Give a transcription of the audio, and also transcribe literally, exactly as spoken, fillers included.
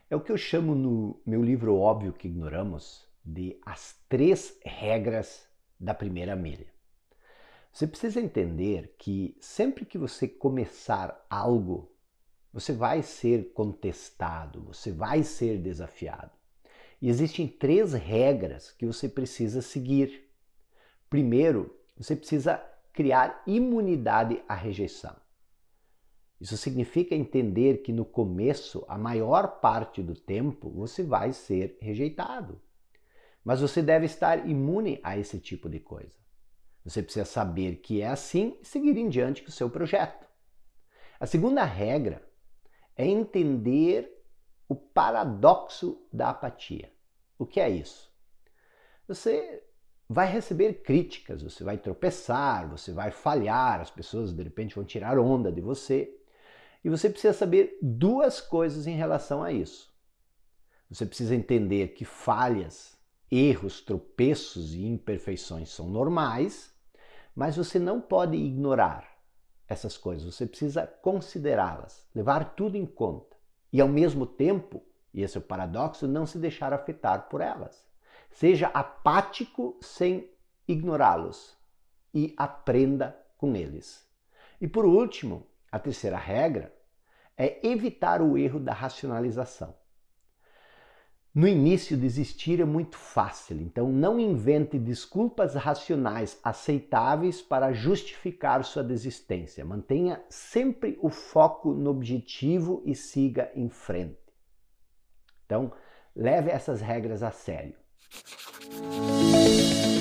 É o que eu chamo no meu livro Óbvio que Ignoramos de as três regras da primeira milha. Você precisa entender que sempre que você começar algo, você vai ser contestado, você vai ser desafiado. E existem três regras que você precisa seguir. Primeiro, você precisa criar imunidade à rejeição. Isso significa entender que no começo, a maior parte do tempo, você vai ser rejeitado. Mas você deve estar imune a esse tipo de coisa. Você precisa saber que é assim e seguir em diante com o seu projeto. A segunda regra é entender o paradoxo da apatia. O que é isso? Você vai receber críticas, você vai tropeçar, você vai falhar, as pessoas de repente vão tirar onda de você. E você precisa saber duas coisas em relação a isso. Você precisa entender que falhas, erros, tropeços e imperfeições são normais, mas você não pode ignorar essas coisas, você precisa considerá-las, levar tudo em conta. E ao mesmo tempo, e esse é o paradoxo, não se deixar afetar por elas. Seja apático sem ignorá-los e aprenda com eles. E por último, a terceira regra é evitar o erro da racionalização. No início, desistir é muito fácil, então não invente desculpas racionais aceitáveis para justificar sua desistência. Mantenha sempre o foco no objetivo e siga em frente. Então, leve essas regras a sério.